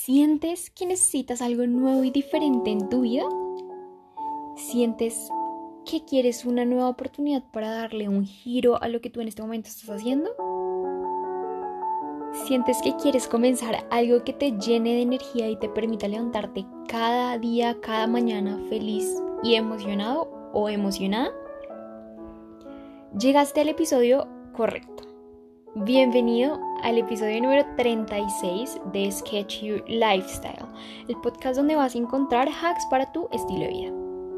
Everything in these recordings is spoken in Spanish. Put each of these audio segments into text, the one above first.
¿Sientes que necesitas algo nuevo y diferente en tu vida? ¿Sientes que quieres una nueva oportunidad para darle un giro a lo que tú en este momento estás haciendo? ¿Sientes que quieres comenzar algo que te llene de energía y te permita levantarte cada día, cada mañana feliz y emocionado o emocionada? Llegaste al episodio correcto. Bienvenido al episodio número 36 de Sketch Your Lifestyle, el podcast donde vas a encontrar hacks para tu estilo de vida.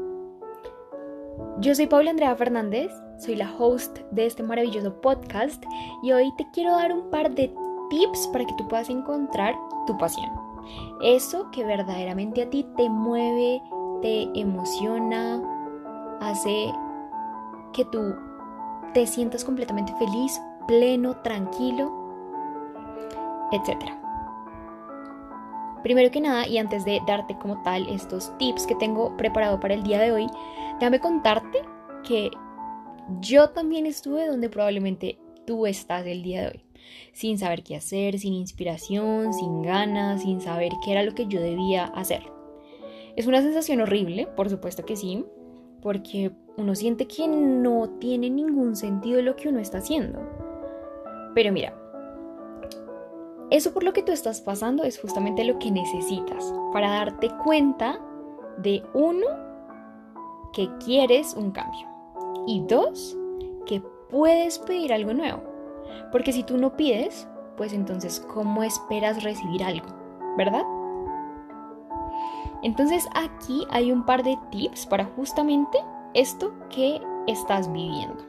Yo soy Paula Andrea Fernández, soy la host de este maravilloso podcast y hoy te quiero dar un par de tips para que tú puedas encontrar tu pasión. Eso que verdaderamente a ti te mueve, te emociona, hace que tú te sientas completamente feliz, pleno, tranquilo, etc. Primero que nada, y antes de darte como tal estos tips que tengo preparado para el día de hoy, déjame contarte que yo también estuve donde probablemente tú estás el día de hoy, sin saber qué hacer, sin inspiración, sin ganas, sin saber qué era lo que yo debía hacer. Es una sensación horrible, por supuesto que sí, porque uno siente que no tiene ningún sentido lo que uno está haciendo. Pero mira, eso por lo que tú estás pasando es justamente lo que necesitas para darte cuenta de uno, que quieres un cambio y dos, que puedes pedir algo nuevo. Porque si tú no pides, pues entonces ¿cómo esperas recibir algo? ¿Verdad? Entonces aquí hay un par de tips para justamente esto que estás viviendo.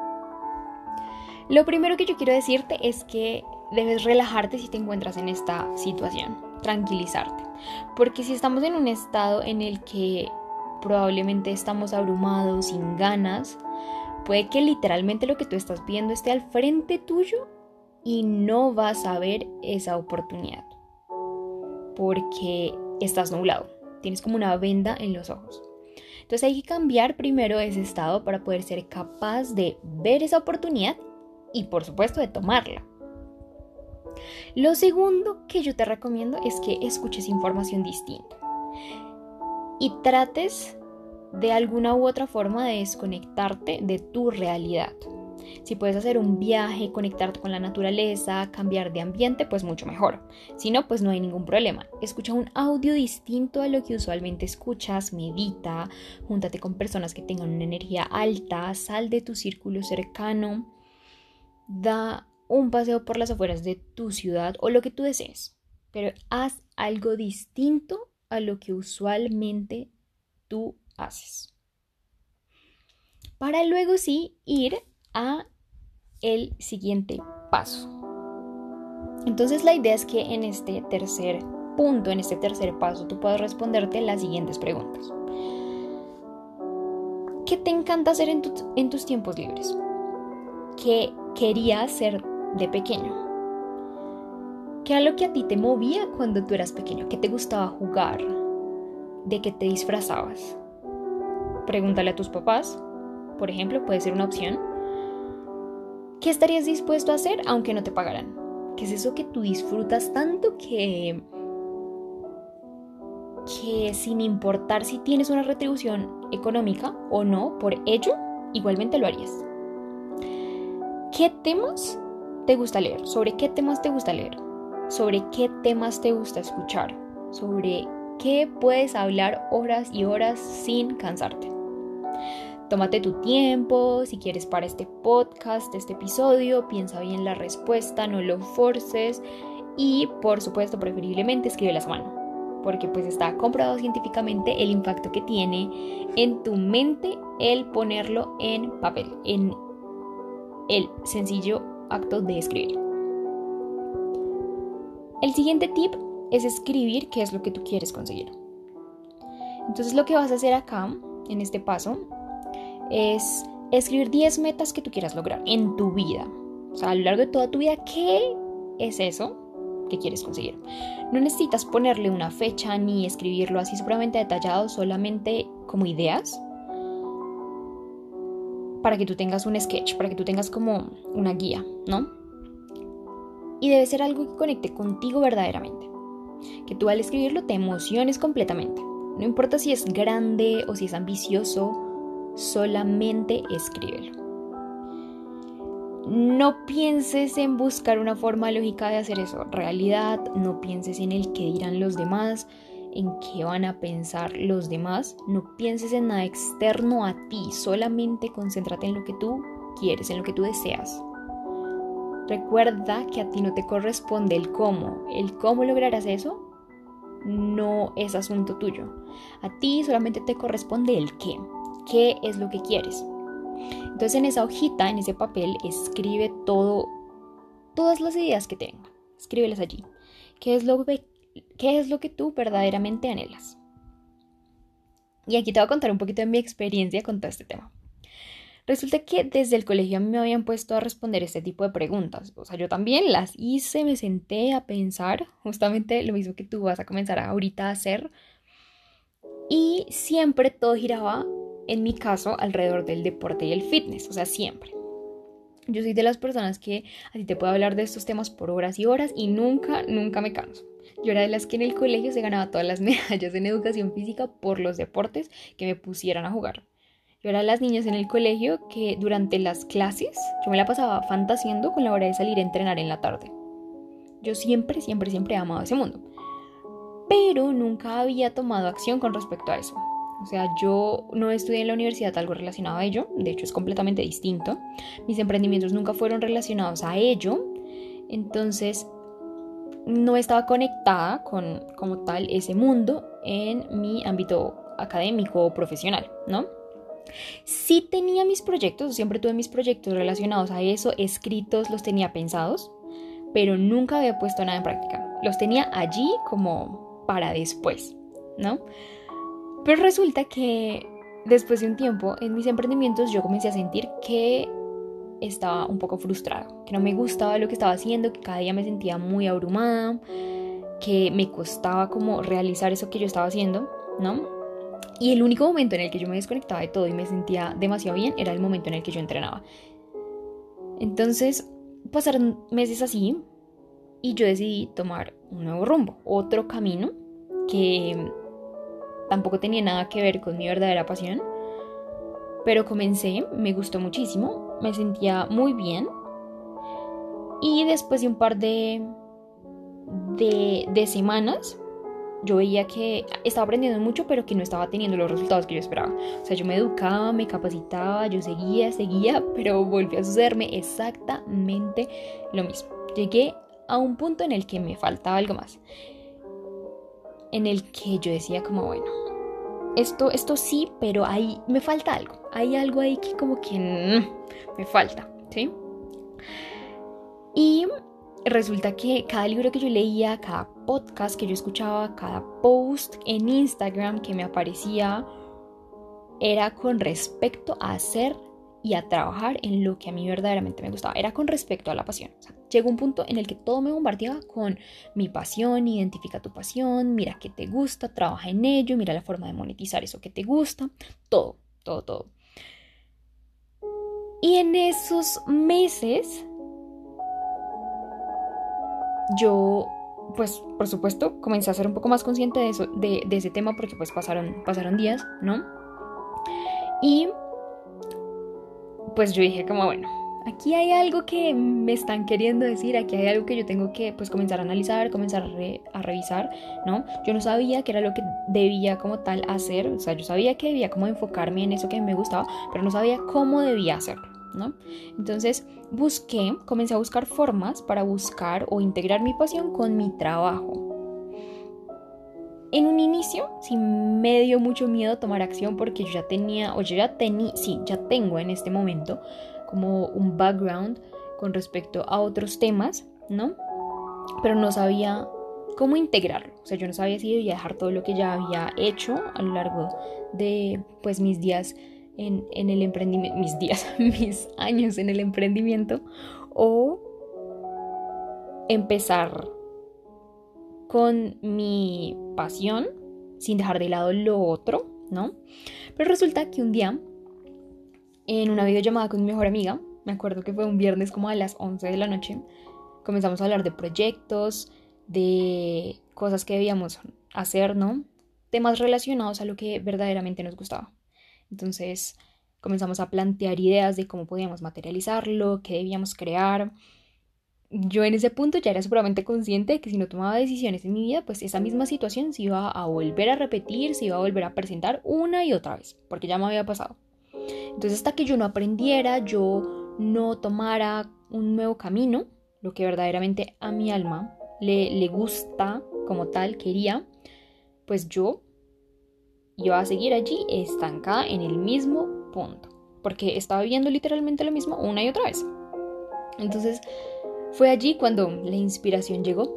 Lo primero que yo quiero decirte es que debes relajarte si te encuentras en esta situación, tranquilizarte. Porque si estamos en un estado en el que probablemente estamos abrumados, sin ganas, puede que literalmente lo que tú estás pidiendo esté al frente tuyo y no vas a ver esa oportunidad. Porque estás nublado, tienes como una venda en los ojos. Entonces hay que cambiar primero ese estado para poder ser capaz de ver esa oportunidad y por supuesto de tomarla. Lo segundo que yo te recomiendo es que escuches información distinta y trates de alguna u otra forma de desconectarte de tu realidad. Si puedes hacer un viaje, conectarte con la naturaleza, cambiar de ambiente, pues mucho mejor. Si no, pues no hay ningún problema. Escucha un audio distinto a lo que usualmente escuchas, medita, júntate con personas que tengan una energía alta, sal de tu círculo cercano, da un paseo por las afueras de tu ciudad o lo que tú desees, pero haz algo distinto a lo que usualmente tú haces. Para luego sí ir a el siguiente paso. Entonces la idea es que en este tercer punto, en este tercer paso, tú puedas responderte las siguientes preguntas. ¿Qué te encanta hacer en tus tiempos libres? ¿Qué querías hacer de pequeño? ¿Qué era lo que a ti te movía cuando tú eras pequeño? ¿Qué te gustaba jugar? ¿De qué te disfrazabas? Pregúntale a tus papás, por ejemplo, puede ser una opción. ¿Qué estarías dispuesto a hacer aunque no te pagaran? ¿Qué es eso que tú disfrutas tanto que sin importar si tienes una retribución económica o no por ello, igualmente lo harías? ¿Qué temas te gusta leer? ¿Sobre qué temas te gusta leer? ¿Sobre qué temas te gusta escuchar? ¿Sobre qué puedes hablar horas y horas sin cansarte? Tómate tu tiempo, si quieres para este podcast, este episodio, piensa bien la respuesta, no lo forces y por supuesto preferiblemente escríbelas a mano, porque pues está comprobado científicamente el impacto que tiene en tu mente el ponerlo en papel, en el sencillo acto de escribir. El siguiente tip es escribir qué es lo que tú quieres conseguir. Entonces lo que vas a hacer acá, en este paso, es escribir 10 metas que tú quieras lograr en tu vida. O sea, a lo largo de toda tu vida, ¿qué es eso que quieres conseguir? No necesitas ponerle una fecha ni escribirlo así supremamente detallado, solamente como ideas, para que tú tengas un sketch, para que tú tengas como una guía, ¿no? Y debe ser algo que conecte contigo verdaderamente. Que tú al escribirlo te emociones completamente. No importa si es grande o si es ambicioso, solamente escríbelo. No pienses en buscar una forma lógica de hacer eso realidad, no pienses en el qué dirán los demás, en qué van a pensar los demás, no pienses en nada externo a ti, solamente concéntrate en lo que tú quieres, en lo que tú deseas. Recuerda que a ti no te corresponde el cómo lograrás eso no es asunto tuyo. A ti solamente te corresponde el qué es lo que quieres. Entonces en esa hojita, en ese papel, escribe todas las ideas que tengas, escríbelas allí. ¿Qué es lo que tú verdaderamente anhelas? Y aquí te voy a contar un poquito de mi experiencia con todo este tema. Resulta que desde el colegio a mí me habían puesto a responder este tipo de preguntas. O sea, yo también las hice, me senté a pensar justamente lo mismo que tú vas a comenzar ahorita a hacer. Y siempre todo giraba, en mi caso, alrededor del deporte y el fitness. O sea, siempre. Yo soy de las personas que a ti te puedo hablar de estos temas por horas y horas y nunca me canso. Yo era de las que en el colegio se ganaba todas las medallas en educación física por los deportes que me pusieran a jugar. Yo era de las niñas en el colegio que durante las clases yo me la pasaba fantaseando con la hora de salir a entrenar en la tarde. Yo siempre he amado ese mundo. Pero nunca había tomado acción con respecto a eso. O sea, yo no estudié en la universidad algo relacionado a ello, de hecho es completamente distinto. Mis emprendimientos nunca fueron relacionados a ello, entonces no estaba conectada con, como tal, ese mundo en mi ámbito académico o profesional, ¿no? Sí tenía mis proyectos, siempre tuve mis proyectos relacionados a eso, escritos, los tenía pensados, pero nunca había puesto nada en práctica. Los tenía allí como para después, ¿no? Pero resulta que después de un tiempo en mis emprendimientos yo comencé a sentir que estaba un poco frustrada, que no me gustaba lo que estaba haciendo, que cada día me sentía muy abrumada, que me costaba como realizar eso que yo estaba haciendo, ¿no? Y el único momento en el que yo me desconectaba de todo y me sentía demasiado bien era el momento en el que yo entrenaba. Entonces pasaron meses así y yo decidí tomar un nuevo rumbo, otro camino que tampoco tenía nada que ver con mi verdadera pasión, pero comencé, me gustó muchísimo, me sentía muy bien y después de un par de semanas yo veía que estaba aprendiendo mucho pero que no estaba teniendo los resultados que yo esperaba. O sea, yo me educaba, me capacitaba, yo seguía, pero volvió a sucederme exactamente lo mismo. Llegué a un punto en el que me faltaba algo más, en el que yo decía como, bueno, esto sí, pero ahí me falta algo. Hay algo ahí que como que me falta, ¿sí? Y resulta que cada libro que yo leía, cada podcast que yo escuchaba, cada post en Instagram que me aparecía, era con respecto a hacer y a trabajar en lo que a mí verdaderamente me gustaba. Era con respecto a la pasión. O sea, llegó un punto en el que todo me bombardeaba con mi pasión, identifica tu pasión, mira qué te gusta, trabaja en ello, mira la forma de monetizar eso que te gusta, todo. Y en esos meses, yo, pues, por supuesto, comencé a ser un poco más consciente de eso, de ese tema, porque pues pasaron días, ¿no? Y pues yo dije como, bueno, aquí hay algo que me están queriendo decir, aquí hay algo que yo tengo que pues comenzar a analizar, comenzar a revisar, ¿no? Yo no sabía qué era lo que debía como tal hacer, o sea, yo sabía que debía como enfocarme en eso que me gustaba, pero no sabía cómo debía hacerlo, ¿no? Entonces comencé a buscar formas para buscar o integrar mi pasión con mi trabajo. En un inicio sí me dio mucho miedo tomar acción porque yo ya tengo en este momento como un background con respecto a otros temas, ¿no? Pero no sabía cómo integrarlo. O sea, yo no sabía si debía dejar todo lo que ya había hecho a lo largo de pues mis días en el emprendimiento, mis años en el emprendimiento, o empezar con mi pasión sin dejar de lado lo otro, ¿no? Pero resulta que un día, en una videollamada con mi mejor amiga, me acuerdo que fue un viernes como a las 11 de la noche, comenzamos a hablar de proyectos, de cosas que debíamos hacer, ¿no? Temas relacionados a lo que verdaderamente nos gustaba. Entonces comenzamos a plantear ideas de cómo podíamos materializarlo, qué debíamos crear. Yo en ese punto ya era supremamente consciente de que si no tomaba decisiones en mi vida, pues esa misma situación se iba a volver a repetir, se iba a volver a presentar una y otra vez, porque ya me había pasado. Entonces hasta que yo no aprendiera, yo no tomara un nuevo camino, lo que verdaderamente a mi alma le gusta como tal, quería, pues yo iba a seguir allí estancada en el mismo punto, porque estaba viviendo literalmente lo mismo una y otra vez. Entonces fue allí cuando la inspiración llegó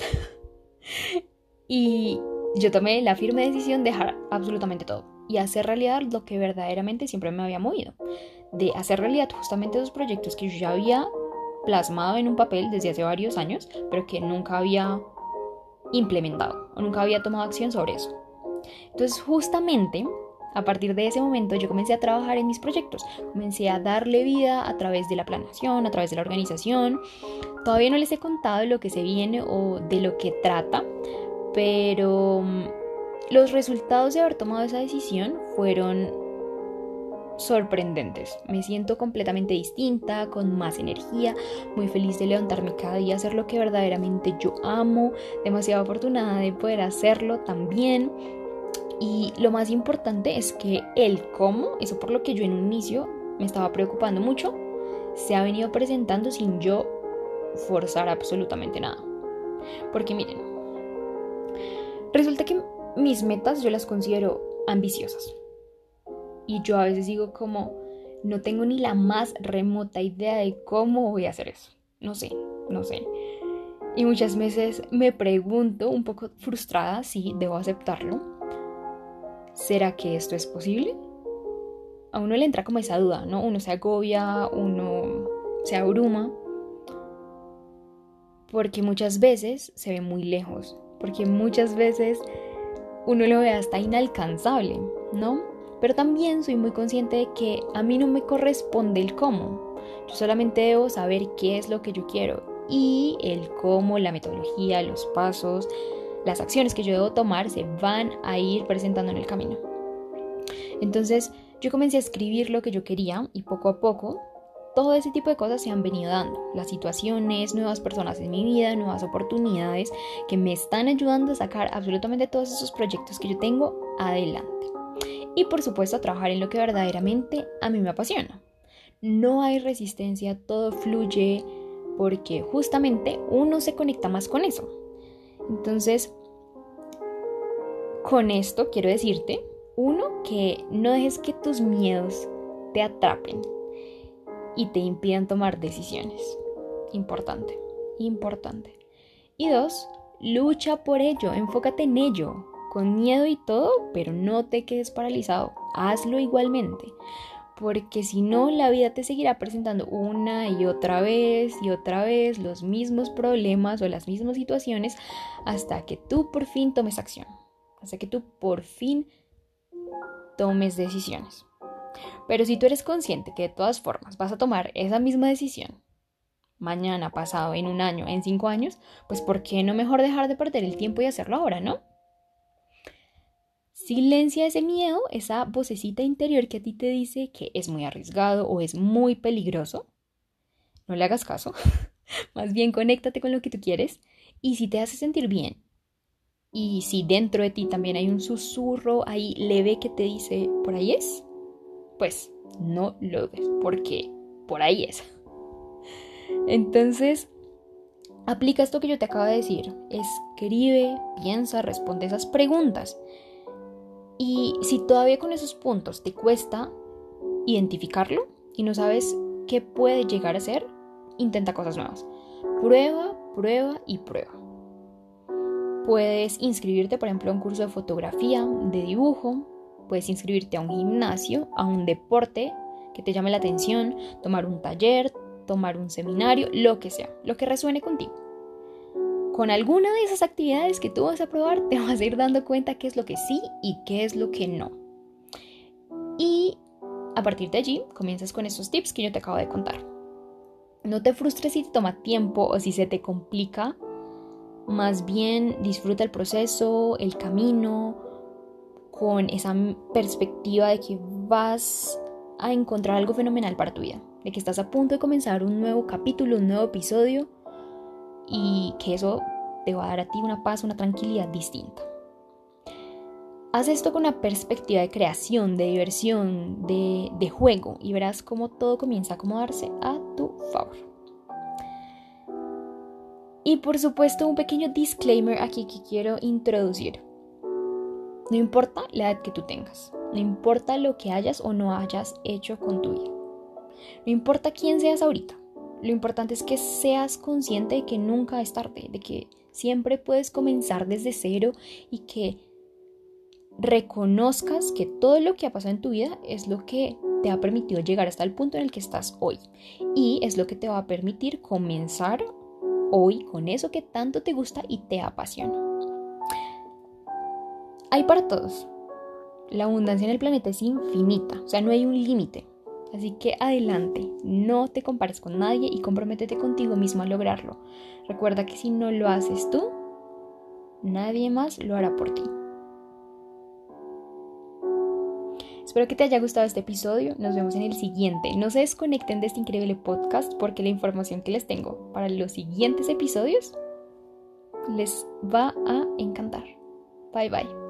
y yo tomé la firme decisión de dejar absolutamente todo y hacer realidad lo que verdaderamente siempre me había movido, de hacer realidad justamente esos proyectos que yo ya había plasmado en un papel desde hace varios años, pero que nunca había implementado o nunca había tomado acción sobre eso. Entonces justamente a partir de ese momento yo comencé a trabajar en mis proyectos, comencé a darle vida a través de la planeación, a través de la organización. Todavía no les he contado lo que se viene o de lo que trata, pero los resultados de haber tomado esa decisión fueron sorprendentes. Me siento completamente distinta, con más energía, muy feliz de levantarme cada día a hacer lo que verdaderamente yo amo, demasiado afortunada de poder hacerlo también. Y lo más importante es que el cómo, eso por lo que yo en un inicio me estaba preocupando mucho, se ha venido presentando sin yo forzar absolutamente nada. Porque miren, resulta que mis metas yo las considero ambiciosas. Y yo a veces digo como, no tengo ni la más remota idea de cómo voy a hacer eso. No sé. Y muchas veces me pregunto, un poco frustrada, sí, debo aceptarlo, ¿será que esto es posible? A uno le entra como esa duda, ¿no? Uno se agobia, uno se abruma, porque muchas veces se ve muy lejos, porque muchas veces uno lo ve hasta inalcanzable, ¿no? Pero también soy muy consciente de que a mí no me corresponde el cómo. Yo solamente debo saber qué es lo que yo quiero y el cómo, la metodología, los pasos, las acciones que yo debo tomar se van a ir presentando en el camino. Entonces yo comencé a escribir lo que yo quería y poco a poco todo ese tipo de cosas se han venido dando. Las situaciones, nuevas personas en mi vida, nuevas oportunidades que me están ayudando a sacar absolutamente todos esos proyectos que yo tengo adelante. Y por supuesto a trabajar en lo que verdaderamente a mí me apasiona. No hay resistencia, todo fluye porque justamente uno se conecta más con eso. Entonces, con esto quiero decirte, uno, que no dejes que tus miedos te atrapen y te impidan tomar decisiones. Importante. Y dos, lucha por ello, enfócate en ello, con miedo y todo, pero no te quedes paralizado, hazlo igualmente. Porque si no, la vida te seguirá presentando una y otra vez los mismos problemas o las mismas situaciones hasta que tú por fin tomes acción, hasta que tú por fin tomes decisiones. Pero si tú eres consciente que de todas formas vas a tomar esa misma decisión, mañana, pasado, en un año, en 5 años, pues ¿por qué no mejor dejar de perder el tiempo y hacerlo ahora, no? Silencia ese miedo, esa vocecita interior que a ti te dice que es muy arriesgado o es muy peligroso. No le hagas caso. Más bien conéctate con lo que tú quieres. Y si te hace sentir bien, y si dentro de ti también hay un susurro ahí leve que te dice, por ahí es, pues no lo dudes, porque por ahí es. Entonces, aplica esto que yo te acabo de decir. Escribe, piensa, responde esas preguntas. Y si todavía con esos puntos te cuesta identificarlo y no sabes qué puede llegar a ser, intenta cosas nuevas. Prueba y prueba. Puedes inscribirte, por ejemplo, a un curso de fotografía, de dibujo. Puedes inscribirte a un gimnasio, a un deporte que te llame la atención, tomar un taller, tomar un seminario, lo que sea, lo que resuene contigo. Con alguna de esas actividades que tú vas a probar, te vas a ir dando cuenta qué es lo que sí y qué es lo que no. Y a partir de allí, comienzas con esos tips que yo te acabo de contar. No te frustres si te toma tiempo o si se te complica Más bien disfruta el proceso, el camino, con esa perspectiva de que vas a encontrar algo fenomenal para tu vida, de que estás a punto de comenzar un nuevo capítulo, un nuevo episodio, y que eso te va a dar a ti una paz, una tranquilidad distinta. Haz esto con una perspectiva de creación, de diversión, de juego, y verás cómo todo comienza a acomodarse a tu favor. Y por supuesto, un pequeño disclaimer aquí que quiero introducir. No importa la edad que tú tengas, no importa lo que hayas o no hayas hecho con tu vida, no importa quién seas ahorita, lo importante es que seas consciente de que nunca es tarde, de que siempre puedes comenzar desde cero y que reconozcas que todo lo que ha pasado en tu vida es lo que te ha permitido llegar hasta el punto en el que estás hoy y es lo que te va a permitir comenzar hoy con eso que tanto te gusta y te apasiona. Hay para todos. La abundancia en el planeta es infinita, o sea, no hay un límite. Así que adelante, no te compares con nadie y comprométete contigo mismo a lograrlo. Recuerda que si no lo haces tú, nadie más lo hará por ti. Espero que te haya gustado este episodio. Nos vemos en el siguiente. No se desconecten de este increíble podcast porque la información que les tengo para los siguientes episodios les va a encantar. Bye bye.